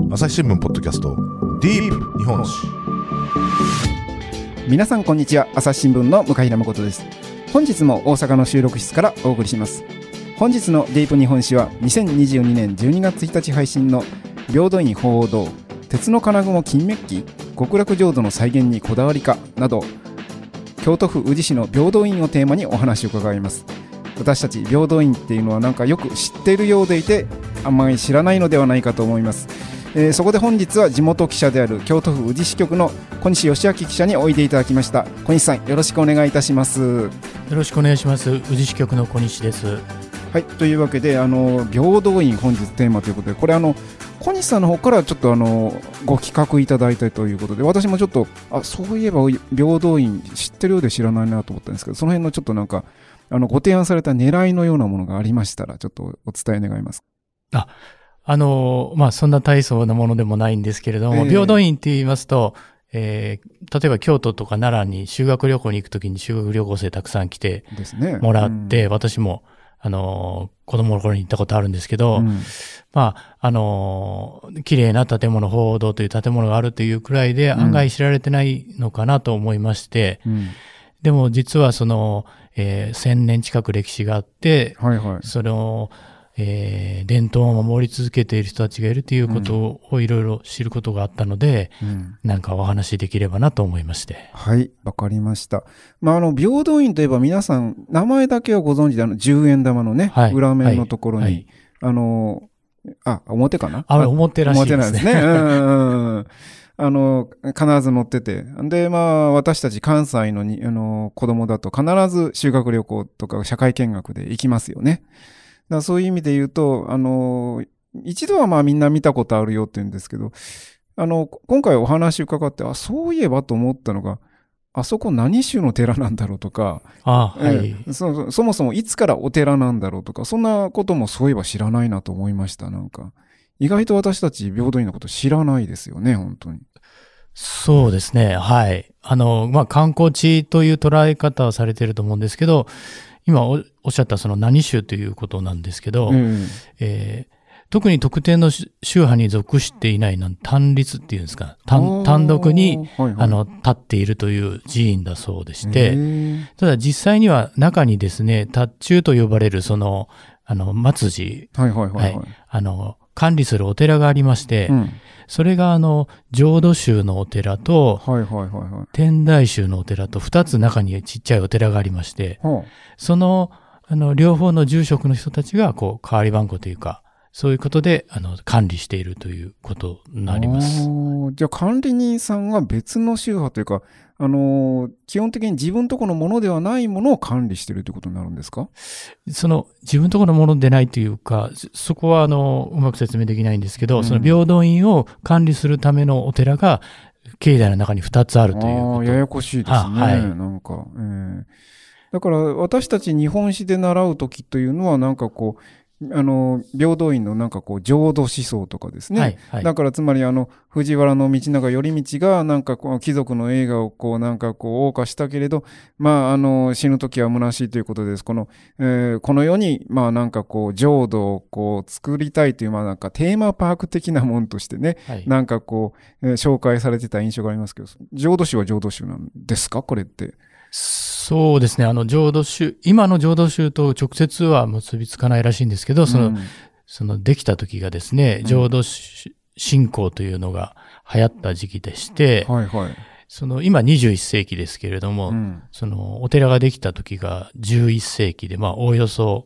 朝日新聞ポッドキャストディープ日本史。 皆さんこんにちは。朝日新聞の向平誠です。本日も大阪の収録室からお送りします。本日のディープ日本史は2022年12月1日配信の平等院鳳凰堂鉄の金雲金メッキ極楽浄土の再現にこだわりかなど、京都府宇治市の平等院をテーマにお話を伺います。私たち平等院っていうのはなんかよく知っているようでいて、あんまり知らないのではないかと思います。そこで本日は地元記者である京都府宇治支局の小西義明記者においでいただきました。小西さん、よろしくお願いいたします。 よろしくお願いします。宇治支局の小西です。 はい、というわけで平等院本日テーマということで、これ小西さんの方からちょっとご企画いただいたということで、私もちょっとそういえば平等院知ってるようで知らないなと思ったんですけど、その辺のちょっとなんかご提案された狙いのようなものがありましたらちょっとお伝え願います。 そんな大層なものでもないんですけれども、平等院って言いますと、例えば京都とか奈良に修学旅行に行くときに修学旅行生たくさん来てもらって、私も子供の頃に行ったことあるんですけど、綺麗な建物、鳳凰堂という建物があるというくらいで案外知られてないのかなと思いまして、でも実は1000年近く歴史があって、その伝統を守り続けている人たちがいるということをいろいろ知ることがあったので、なんかお話しできればなと思いまして。 はい、わかりました。平等院といえば皆さん名前だけはご存知で10円玉のね、裏面のところに、表かな？ 表らしいですね。 表なんですね。必ず載ってて。で、私たち関西の子供だと必ず修学旅行とか社会見学で行きますよね。だからそういう意味で言うと、一度はみんな見たことあるよって言うんですけど、今回お話伺って、そういえばと思ったのが、あそこ何宗の寺なんだろうとか、そもそもいつからお寺なんだろうとか、そんなこともそういえば知らないなと思いました。なんか、意外と私たち平等院のこと知らないですよね、本当に。 そうですね、はい。観光地という捉え方はされていると思うんですけど、今おっしゃったその何宗ということなんですけど、特に特定の宗派に属していない単立っていうんですか、単独に、立っているという寺院だそうでして、ただ実際には中にですね、達中と呼ばれる松寺、管理するお寺がありまして、それが浄土宗のお寺と、天台宗のお寺と2つ中にちっちゃいお寺がありまして、その両方の住職の人たちが代わり番号というか、そういうことで管理しているということになります。 じゃあ管理人さんは別の宗派というか、基本的に自分とこのものではないものを管理しているということになるんですか？ 自分とこのものでないというか、そこはうまく説明できないんですけど、その平等院を管理するためのお寺が境内の中に2つあるということ。 ややこしいですね。なんか、だから私たち日本史で習うときというのはなんか平等院のなんか浄土思想とかですね。だからつまり藤原道長頼道がなんか貴族の栄華を謳歌したけれど、死ぬ時は虚しいということです。この世に浄土を作りたいというなんかテーマパーク的なもんとしてね、紹介されてた印象がありますけど、浄土宗は浄土宗なんですか、これって？ そうですね。今の浄土宗と直接は結びつかないらしいんですけど、できた時がですね、浄土信仰というのが流行った時期でして、今21世紀ですけれども、お寺ができた時が11世紀で、おおよそ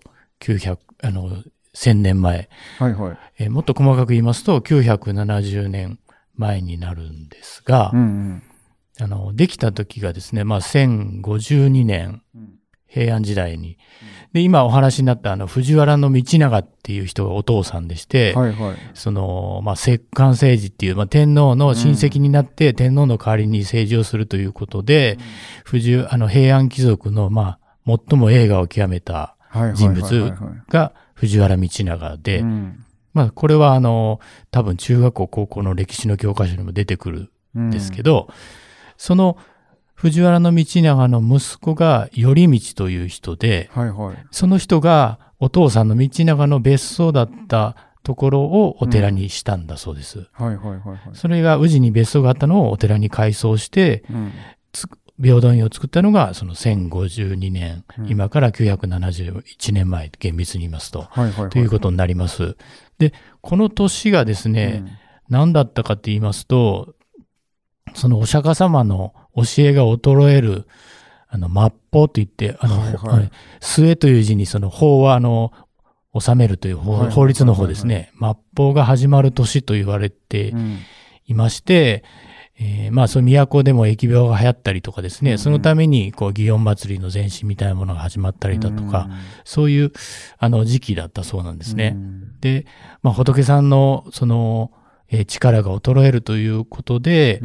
1000年前。もっと細かく言いますと、970年前になるんですが、できた時がですね、1052年、平安時代に。で、今お話になった藤原道長っていう人がお父さんでして、摂関政治っていう、天皇の親戚になって天皇の代わりに政治をするということで、平安貴族の、最も栄華を極めた人物が藤原道長で、これは多分中学校、高校の歴史の教科書にも出てくるんですけど、その藤原道長の息子が頼道という人で、その人がお父さんの道長の別荘だったところをお寺にしたんだそうです。 はいはいはいはい。 それが宇治に別荘があったのをお寺に改装して、 うん。 平等院を作ったのがその1052年、 うん今から971年前、厳密に言いますと、 はいはいはい。 ということになります。で、この年がですね、何だったかって言いますと、そのお釈迦様の教えが衰える、末法といって、 はいはい。 末という字にその法は治めるというはいはいはいはい法律の方ですね。末法が始まる年と言われてうんいまして、まあ、その都でも疫病が流行ったりとかですね、 うんそのために、祇園祭りの前身みたいなものが始まったりだとか、そういう、時期だったそうなんですね。で、まあ、仏さんの、力が衰えるということで、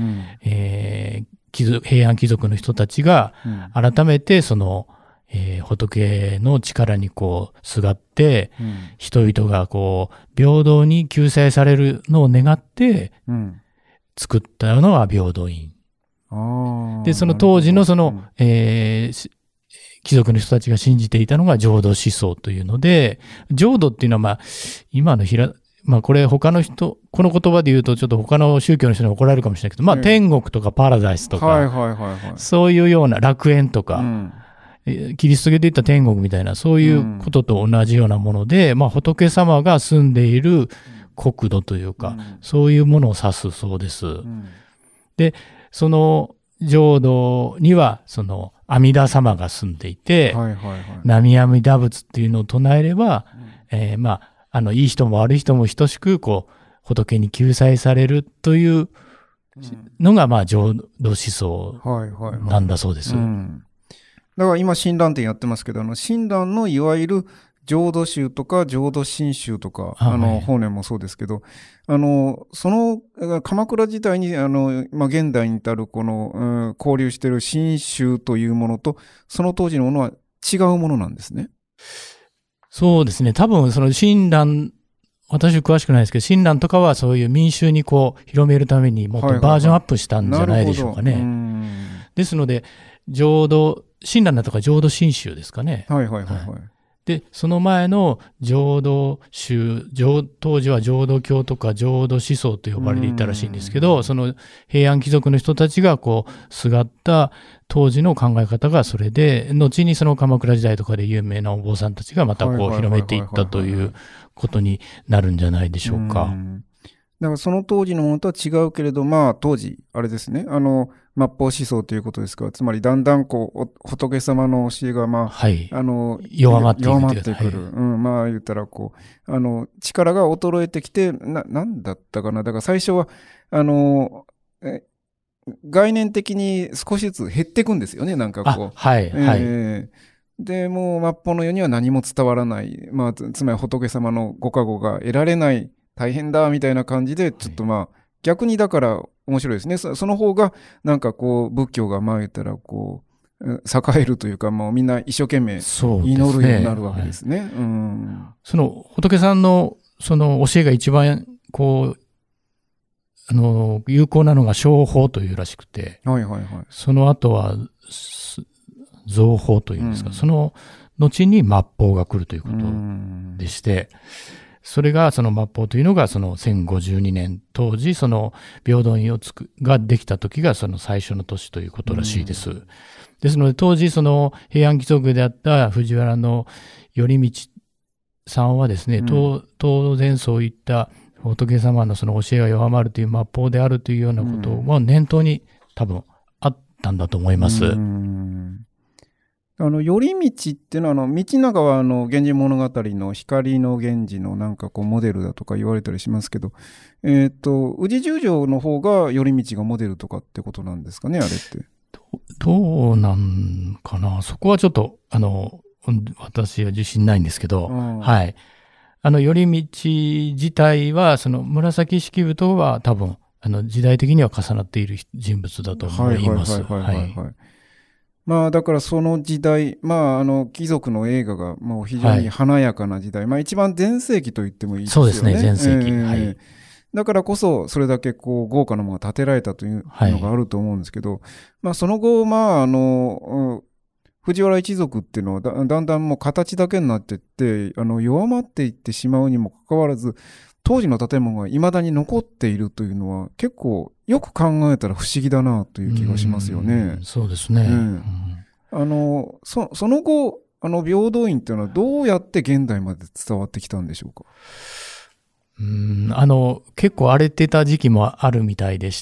平安貴族の人たちが、改めて、仏の力にすがって、人々が平等に救済されるのを願って、作ったのは平等院。で、その当時の貴族の人たちが信じていたのが浄土思想というので、浄土っていうのは今のこれ他の人、この言葉で言うとちょっと他の宗教の人に怒られるかもしれないけど、天国とかパラダイスとか、そういうような楽園とか、キリスト教で言った天国みたいな、そういうことと同じようなもので、仏様が住んでいる国土というか、そういうものを指すそうです。で、その浄土には、阿弥陀様が住んでいて、南無阿弥陀仏っていうのを唱えれば、いい人も悪い人も等しく、仏に救済されるというのが、浄土思想なんだそうです。 だから今、親鸞展やってますけど、親鸞のいわゆる浄土宗とか浄土真宗とか、法然もそうですけど、鎌倉時代に、現代に至る交流している真宗というものと、その当時のものは違うものなんですね。 そうですね。多分、親鸞、私詳しくないですけど、親鸞とかはそういう民衆に広めるためにもっとバージョンアップしたんじゃないでしょうかね。ですので、親鸞だとか浄土真宗ですかね。で、その前の浄土宗、当時は浄土教とか浄土思想と呼ばれていたらしいんですけど、その平安貴族の人たちがすがった当時の考え方がそれで、後にその鎌倉時代とかで有名なお坊さんたちがまた広めていったということになるんじゃないでしょうか。 だからその当時のものとは違うけれど、当時、あれですね、末法思想ということですから、つまりだんだん仏様の教えが、 弱まってくる。言ったら力が衰えてきて、なんだったかな。だから最初は、概念的に少しずつ減っていくんですよね、なんかで、もう末法の世には何も伝わらない。つまり仏様のご加護が得られない。大変だみたいな感じで、ちょっと逆にだから面白いですね。その方がなんか仏教が言ったら栄えるというか、もうみんな一生懸命祈るようになるわけですね。 その仏さんのその教えが一番有効なのが正法というらしくて、その後は造法というんですか、その後に末法が来るということでして、それがその末法というのがその1052年当時その平等院ができた時がその最初の年ということらしいです。ですので当時その平安貴族であった藤原の頼道さんはですね、当然そういった仏様のその教えが弱まるという末法であるというようなことは念頭に多分あったんだと思います。 頼道っていうのは、道長は源氏物語の光の源氏のなんかモデルだとか言われたりしますけど、宇治十条の方が頼道がモデルとかってことなんですかね、あれって。 どうなんかな。そこはちょっと、私は自信ないんですけど、はい。頼道自体は、その紫式部とは多分、時代的には重なっている人物だと思います。 だからその時代、貴族の映画がもう非常に華やかな時代、一番全盛期と言ってもいいですよね。 そうですね、全盛期。 だからこそ、それだけ豪華なものが建てられたというのがあると思うんですけど、その後、 藤原一族っていうのはだんだんもう形だけになっていって、弱まっていってしまうにもかかわらず、当時の建物が未だに残っているというのは、結構よく考えたら不思議だなという気がしますよね。 そうですね。 その後、平等院っていうのはどうやって現代まで伝わってきたんでしょうか。 結構荒れてた時期もあるみたいでして、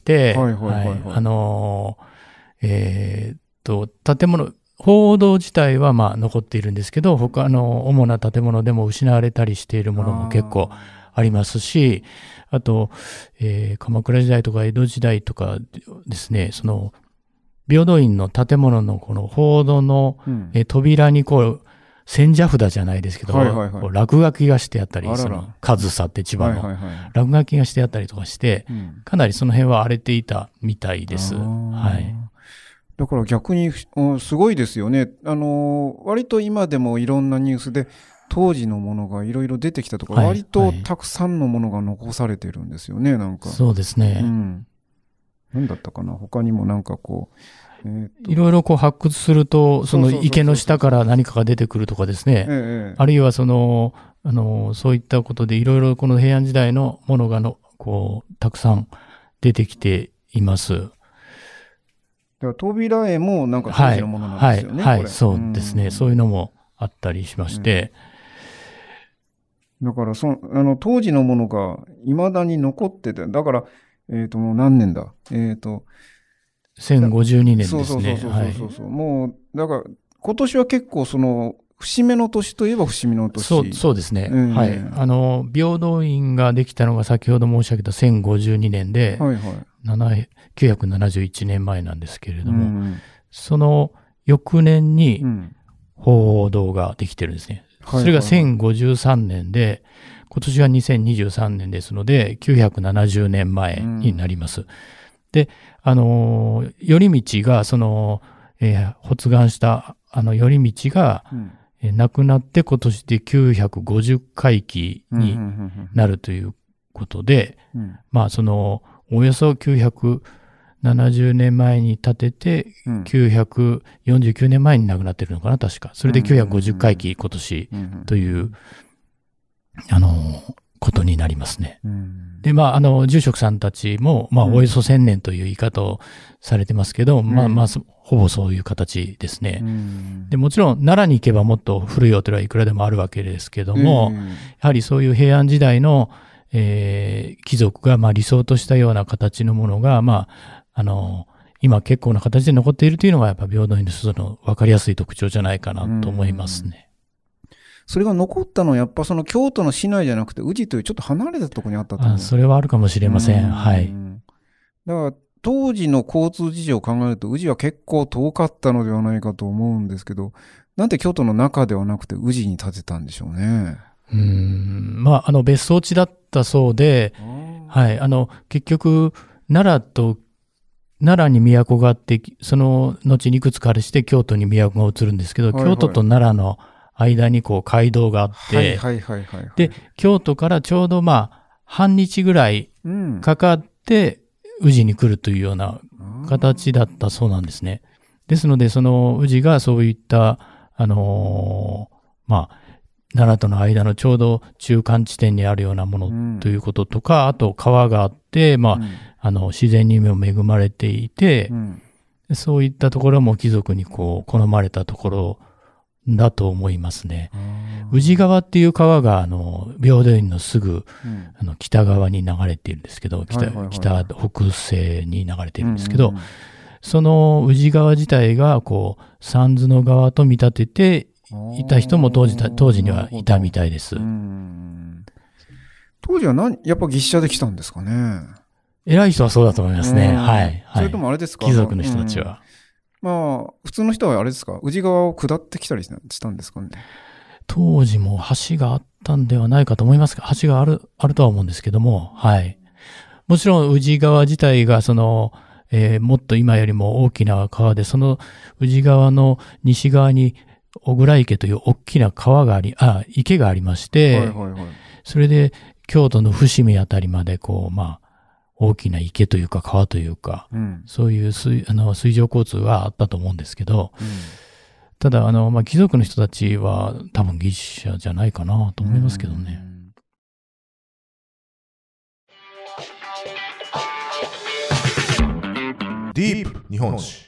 建物、鳳凰堂自体はまあ残っているんですけど、他の主な建物でも失われたりしているものも結構ありますし、あと、鎌倉時代とか江戸時代とかですね、その平等院の建物のこの鳳凰堂の、扉にこう千社札じゃないですけど、落書きがしてあったり、その上総って千葉の落書きがしてあったりとかして、かなりその辺は荒れていたみたいです。はい。 だから逆にすごいですよね。割と今でもいろんなニュースで当時のものがいろいろ出てきたとか、割とたくさんのものが残されてるんですよね、なんか。 そうですね。 何だったかな、他にもなんかこう。 いろいろこう発掘すると、その池の下から何かが出てくるとかですね。あるいはそういったことでいろいろこの平安時代のものがこう、たくさん出てきています。 扉絵もなんか当時のものなんですよね。 はい、そうですね。そういうのもあったりしまして。 だから当時のものが未だに残ってて、だから、もう何年だ 1052年ですね。 そう。もう、だから、今年は結構節目の年といえば節目の年。 そうですね。はい。平等院ができたのが先ほど申し上げた1052年で、971年前なんですけれども、その翌年に鳳凰堂ができてるんですね。それが1053年で、今年は2023年ですので、970年前になります。で、頼通が、発願した、頼通が、亡くなって今年で950回忌になるということで、まあ、およそ970年前に建てて、949年前に亡くなってるのかな、確か。それで950回忌今年という、ことになりますね。で、まあ、住職さんたちも、まあ、およそ1000年という言い方をされてますけど、まあ、ほぼそういう形ですね。で、もちろん、奈良に行けばもっと古いお寺はいくらでもあるわけですけども、やはりそういう平安時代の、貴族が、まあ、理想としたような形のものが、まあ、今結構な形で残っているというのが、やっぱ平等院の一つの分かりやすい特徴じゃないかなと思いますね。 それが残ったのはやっぱ京都の市内じゃなくて宇治というちょっと離れたところにあったと思う。 それはあるかもしれません。はい。 だから当時の交通事情を考えると宇治は結構遠かったのではないかと思うんですけど、なんで京都の中ではなくて宇治に建てたんでしょうね。 まあ、別荘地だったそうで、はい。結局、奈良に都があって、その後にいくつかあれして京都に都が移るんですけど、京都と奈良の間にこう街道があって、で、京都からちょうどまあ、半日ぐらいかかって、宇治に来るというような形だったそうなんですね。ですので、宇治がそういった、まあ、奈良との間のちょうど中間地点にあるようなものということとか、あと川があって、まあ、自然にも恵まれていて、そういったところも貴族にこう、好まれたところだと思いますね。宇治川っていう川が、平等院のすぐ、北側に流れているんですけど、北西に流れているんですけど、その宇治川自体が、こう、三途の川と見立てていた人も当時にはいたみたいです。 当時はやっぱ牛車で来たんですかね。 偉い人はそうだと思いますね。はい。 それともあれですか、 貴族の人たちは。 まあ、普通の人はあれですか、宇治川を下ってきたりしたんですかね。 当時も橋があったんではないかと思いますが、橋があるとは思うんですけども、はい。もちろん宇治川自体がもっと今よりも大きな川で、その宇治川の西側に小倉池という大きな池がありまして、それで京都の伏見あたりまでこう、まあ、大きな池というか川というか、そういう水上交通はあったと思うんですけど、 ただ、貴族の人たちは多分技術者じゃないかなと思いますけどね。 ディープ日本史。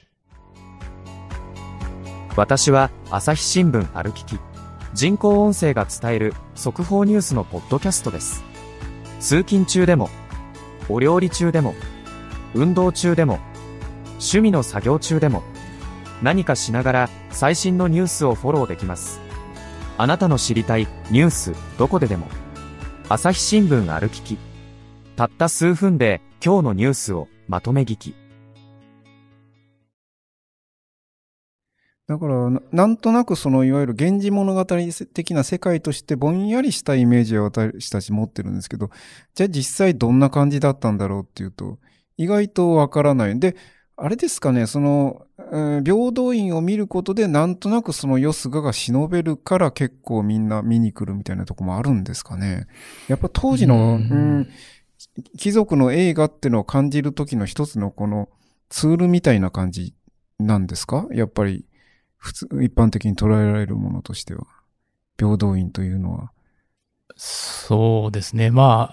私は朝日新聞歩きき人工音声が伝える速報ニュースのポッドキャストです。通勤中でも、お料理中でも、運動中でも、趣味の作業中でも、何かしながら最新のニュースをフォローできます。あなたの知りたいニュースどこででも。朝日新聞歩きき。たった数分で今日のニュースをまとめ聞き。 だから、なんとなくいわゆる源氏物語的な世界としてぼんやりしたイメージを私たち持ってるんですけど、じゃあ実際どんな感じだったんだろうっていうと、意外とわからない。で、あれですかね、平等院を見ることでなんとなくそのよすがが忍べるから結構みんな見に来るみたいなとこもあるんですかね。やっぱ当時の、貴族の映画ってのを感じる時の一つのこのツールみたいな感じなんですか？やっぱり一般的に捉えられるものとしては。平等院というのは。 そうですね。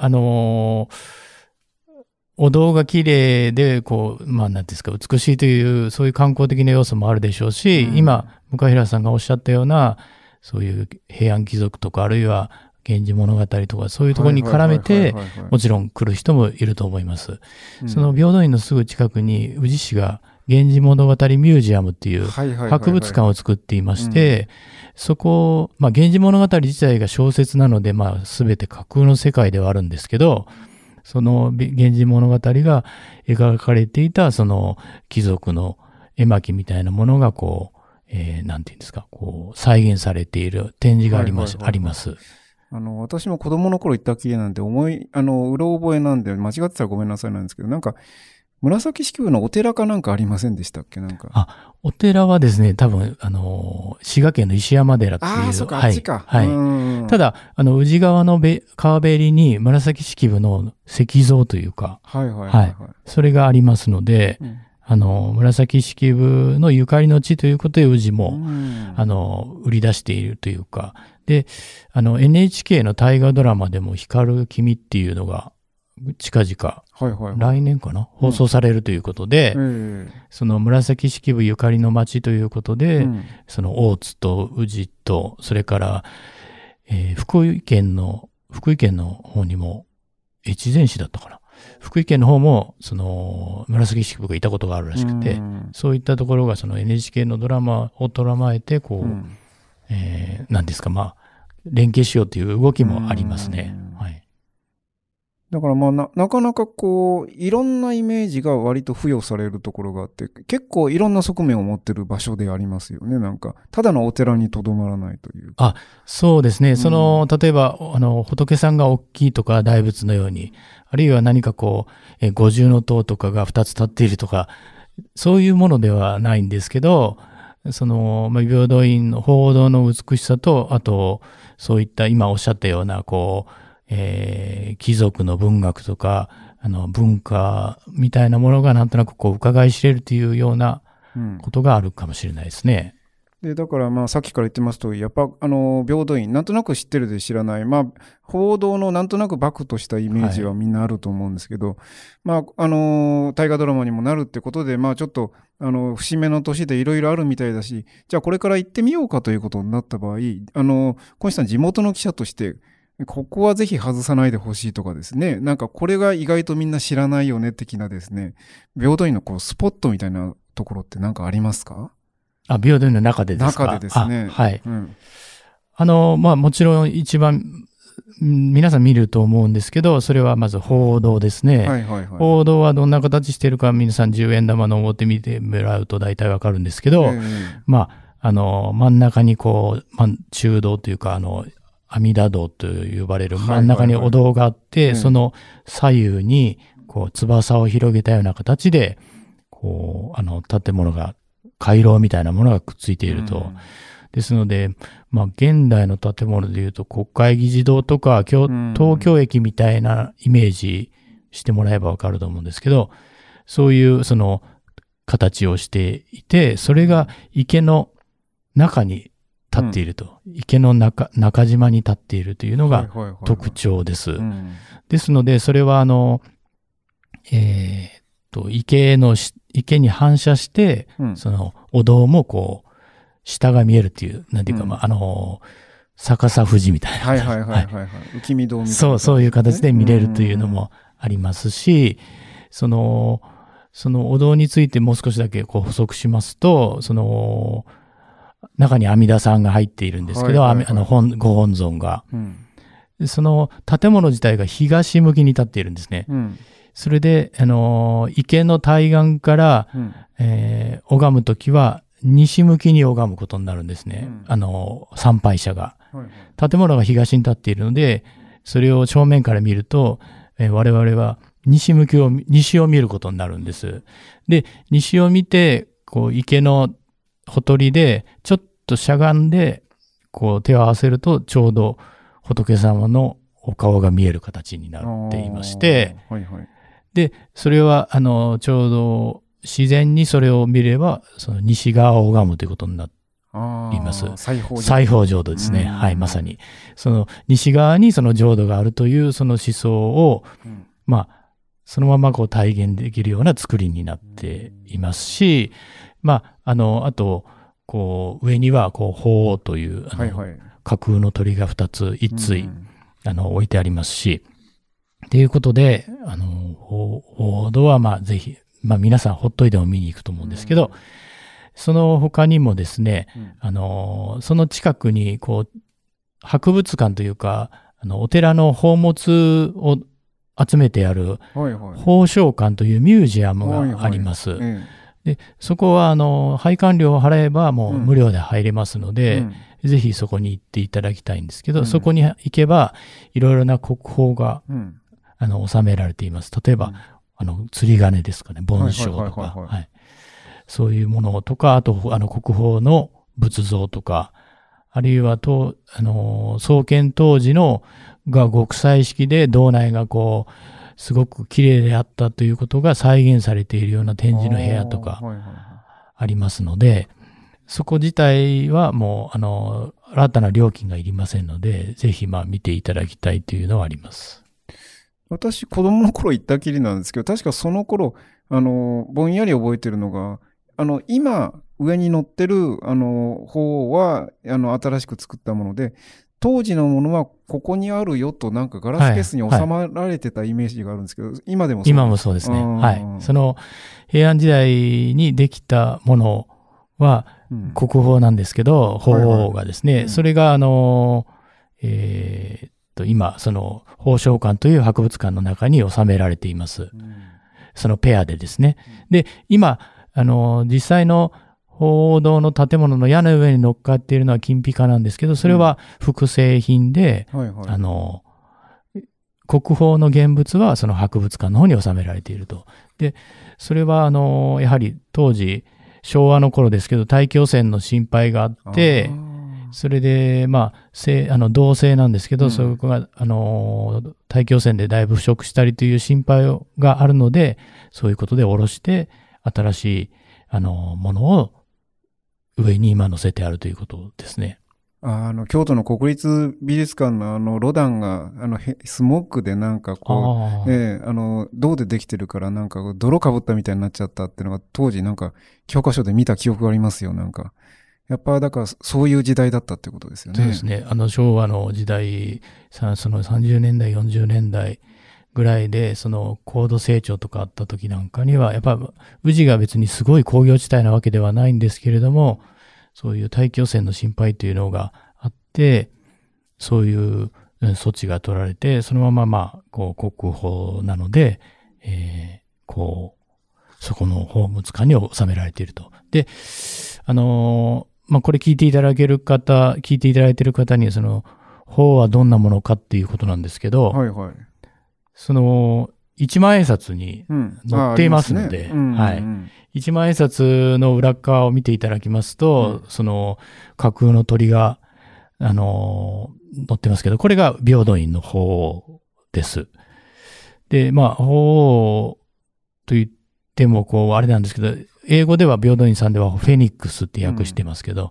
お堂が綺麗で、なんですか、美しいという、そういう観光的な要素もあるでしょうし、今、向平さんがおっしゃったような、そういう平安貴族とか、あるいは源氏物語とか、そういうところに絡めて、もちろん来る人もいると思います。その平等院のすぐ近くに、宇治市が源氏物語ミュージアムっていう博物館を作っていまして、そこ、源氏物語自体が小説なので、すべて架空の世界ではあるんですけど、その源氏物語が描かれていた、その貴族の絵巻みたいなものがなんていうんですか、再現されている展示があります。 私も子供の頃行ったきりなんでうろ覚えなんで間違ってたらごめんなさいなんですけど、なんか、紫式部のお寺かなんかありませんでしたっけ？なんか。 お寺はですね、多分、滋賀県の石山寺っていう。 ああ、そっか、あっちか。 はい。ただ、宇治川の川べりに紫式部の石像というか、それがありますので、紫式部のゆかりの地ということで、宇治も、売り出しているというか、で、NHK の大河ドラマでも光る君っていうのが、近々、来年かな、放送されるということで、その紫式部ゆかりの町ということで、その大津と宇治と、それから、福井県の方にも、越前市だったかな。福井県の方も、その、紫式部がいたことがあるらしくて、そういったところがその NHK のドラマを捉まえて、何ですか、連携しようという動きもありますね。はい。 だからなかなかいろんなイメージが割と付与されるところがあって、結構いろんな側面を持ってる場所でありますよね。なんか、ただのお寺にとどまらないというか。 そうですね。例えば、仏さんが大きいとか大仏のように、あるいは何か五重塔とかが2つ立っているとか、そういうものではないんですけど、平等院の鳳凰の美しさと、あと、そういった今おっしゃったような、貴族の文学とか、文化みたいなものがなんとなく伺い知れるというようなことがあるかもしれないですね。 で、だからさっきから言ってますと、やっぱ平等院、なんとなく知ってるで知らない、報道のなんとなくバクとしたイメージはみんなあると思うんですけど、大河ドラマにもなるってことで、ちょっと、節目の年でいろいろあるみたいだし、じゃあこれから行ってみようかということになった場合、小西さん地元の記者として、ここはぜひ外さないでほしいとかですね。なんかこれが意外とみんな知らないよね的なですね。平等院のスポットみたいなところってなんかありますか？ 平等院の中でですか？ 中でですね。 はい。もちろん一番皆さん見ると思うんですけど、それはまず報道ですね。報道はどんな形してるか皆さん10円玉の表見てもらうと大体わかるんですけど、真ん中に中道というか阿弥陀堂と呼ばれる真ん中にお堂があって、その左右に翼を広げたような形で、建物が、回廊みたいなものがくっついていると。ですので、現代の建物でいうと国会議事堂とか東京駅みたいなイメージしてもらえばわかると思うんですけど、そういう形をしていて、それが池の中に立っていると、池の中島に立っているというのが特徴です。ですので、それは池に反射して、そのお堂もこう、下が見えるっていう、なんていうか、逆さ富士みたいな。 浮き見堂みたいな。 そういう形で見れるというのもありますし、そのお堂についてもう少しだけこう補足しますと、中に阿弥陀さんが入っているんですけど、ご本尊が、その建物自体が東向きに立っているんですね。それで、池の対岸から、拝むときは、西向きに拝むことになるんですね。参拝者が。建物が東に立っているので、それを正面から見ると、我々は西を見ることになるんです。で、西を見て、こう、池のほとりで、ちょっとしゃがんで、こう、手を合わせると、ちょうど仏様のお顔が見える形になっていまして、で、それは、ちょうど自然にそれを見れば、その西側を拝むということになります。西方浄土ですね。はい、まさに。その西側にその浄土があるというその思想を、そのままこう体現できるような作りになっていますし、あと、こう、上には、こう、鳳凰という、架空の鳥が2つ、1対、置いてありますし、ということで、鳳凰はぜひ、皆さんほっといても見に行くと思うんですけど、その他にもですね、その近くに、こう、博物館というか、お寺の宝物を集めてある、宝生館というミュージアムがあります。で、そこは、拝観料を払えばもう無料で入れますので、ぜひそこに行っていただきたいんですけど、そこに行けば、いろいろな国宝が、収められています。例えば、釣り鐘ですかね、梵鐘とか、そういうものとか、あと、国宝の仏像とか、あるいは創建当時が極彩色で、堂内がこう、すごく綺麗であったということが再現されているような展示の部屋とかありますので、そこ自体はもう、新たな料金がいりませんので、ぜひ見ていただきたいというのはあります。 私、子供の頃行ったきりなんですけど、確かその頃、ぼんやり覚えてるのが、今、上に乗ってる、方は、新しく作ったもので、当時のものはここにあるよと、なんかガラスケースに収まられてたイメージがあるんですけど、今でもそうです。 今もそうですね。はい。その、平安時代にできたものは、国宝なんですけど、鳳凰がですね、それが、今、その、宝生館という博物館の中に収められています。そのペアでですね。で、今、実際の鳳凰堂の建物の屋根の上に乗っかっているのは金ピカなんですけど、それは複製品で、国宝の現物はその博物館の方に収められていると。で、それは、やはり当時、昭和の頃ですけど、大気汚染の心配があって、それで、銅製なんですけど、そこが、大気汚染でだいぶ腐食したりという心配があるので、そういうことで下ろして、新しい、ものを上に今乗せてあるということですね。 京都の国立美術館のロダンが、スモッグでなんかこう、銅でできてるからなんか泥かぶったみたいになっちゃったっていうのが当時なんか教科書で見た記憶がありますよ、なんか。やっぱだからそういう時代だったってことですよね。 そうですね。昭和の時代、その30年代、40年代ぐらいで、その高度成長とかあった時なんかには、やっぱ宇治が別にすごい工業地帯なわけではないんですけれども、そういう大気汚染の心配というのがあって、そういう措置が取られて、そのままこう国宝なので、そこの宝物館に収められていると。で、これ聞いていただいている方に、その、宝はどんなものかっていうことなんですけど、その、一万円札に載っていますので、一万円札の裏側を見ていただきますと、その、架空の鳥が、載ってますけど、これが平等院の鳳凰です。で、鳳凰と言ってもこう、あれなんですけど、英語では平等院さんではフェニックスって訳してますけど、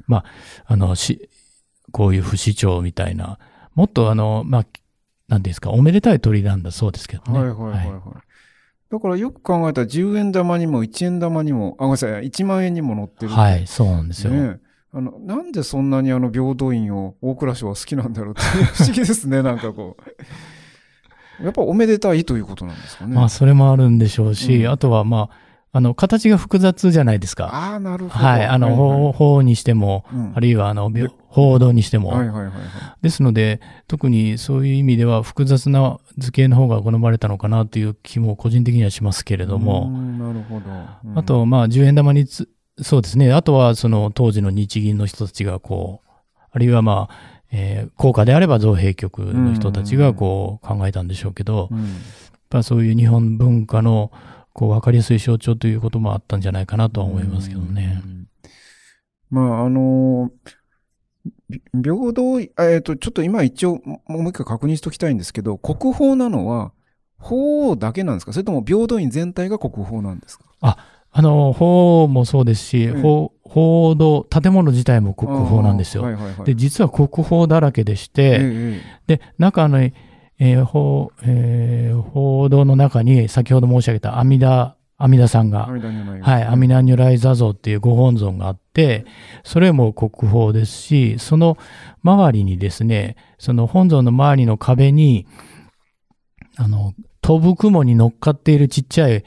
こういう不死鳥みたいな、もっとなんですか、おめでたい鳥なんだそうですけどね。 だからよく考えたら10円玉にも1円玉にも、ごめんなさい、1万円にも載ってる。 はい、そうなんですよ。 ね、なんでそんなに平等院を大蔵省は好きなんだろうって不思議ですね、なんかこう。やっぱおめでたいということなんですかね。 それもあるんでしょうし、あとは形が複雑じゃないですか。 なるほど。 はい、法にしても、あるいは報道にしても。ですので、特にそういう意味では複雑な図形の方が好まれたのかなという気も個人的にはしますけれども。 なるほど。 あと、10円玉にそうですね。あとは、当時の日銀の人たちがあるいは硬貨であれば造幣局の人たちが考えたんでしょうけど、そういう日本文化の分かりやすい象徴ということもあったんじゃないかなとは思いますけどね。 平等、ちょっと今一応もう一回確認しておきたいんですけど、国宝なのは法だけなんですか？それとも平等院全体が国宝なんですか？ 法もそうですし、報道、建物自体も国宝なんですよ。で、実は国宝だらけでして、で、中の、報道の中に先ほど申し上げた阿弥陀さんが、阿弥陀如来坐像っていうご本尊があって、それも国宝ですし、その周りにですね、その本尊の周りの壁に、飛ぶ雲に乗っかっているちっちゃい、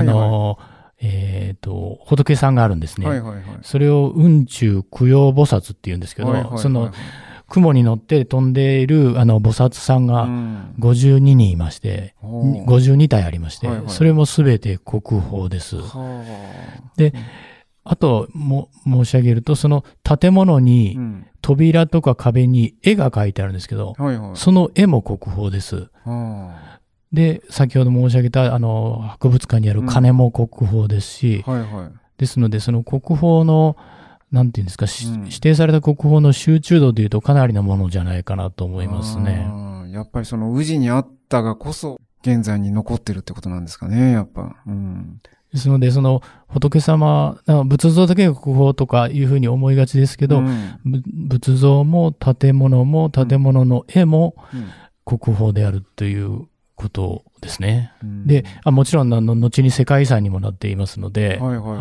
仏さんがあるんですね。それを雲中供養菩薩っていうんですけど、その雲に乗って飛んでいる菩薩さんが52人いまして、52体ありまして、それもすべて国宝です。で、あと申し上げると、その建物に扉とか壁に絵が描いてあるんですけど、その絵も国宝です。で、先ほど申し上げた博物館にある鐘も国宝ですし、ですので、その国宝のなんていうんですか、指定された国宝の集中度というとかなりのものじゃないかなと思いますね。 やっぱりその宇治にあったがこそ現在に残ってるってことなんですかね、やっぱ。 ですので、その仏様、仏像だけが国宝とかいうふうに思いがちですけど、仏像も建物も建物の絵も国宝であるということですね。で、もちろん後に世界遺産にもなっていますので、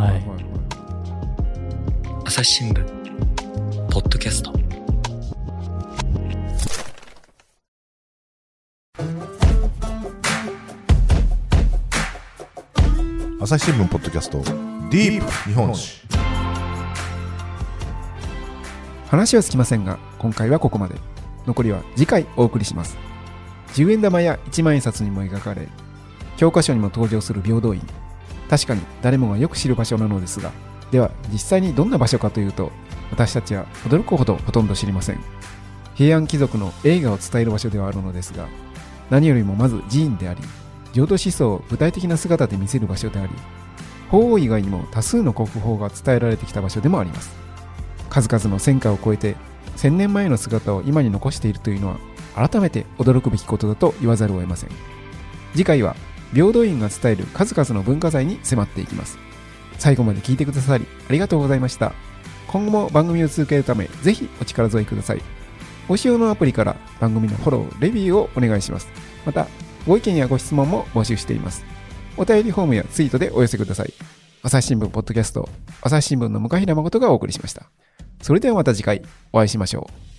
朝日新聞ポッドキャスト。 朝日新聞ポッドキャストディープ日本史。 話は尽きませんが、今回はここまで。残りは次回お送りします。10円玉や1万円札にも描かれ、教科書にも登場する平等院。確かに誰もがよく知る場所なのですが、では実際にどんな場所かというと、私たちは驚くほどほとんど知りません。平安貴族の栄華を伝える場所ではあるのですが、何よりもまず寺院であり、浄土思想を具体的な姿で見せる場所であり、法皇以外にも多数の国宝が伝えられてきた場所でもあります。数々の戦火を超えて1000年前の姿を今に残しているというのは、改めて驚くべきことだと言わざるを得ません。次回は平等院が伝える数々の文化財に迫っていきます。最後まで聞いてくださりありがとうございました。今後も番組を続けるため、ぜひお力添えください。ご使用のアプリから番組のフォロー、レビューをお願いします。また、ご意見やご質問も募集しています。お便りフォームやツイートでお寄せください。朝日新聞ポッドキャスト、朝日新聞の向平誠がお送りしました。それではまた次回お会いしましょう。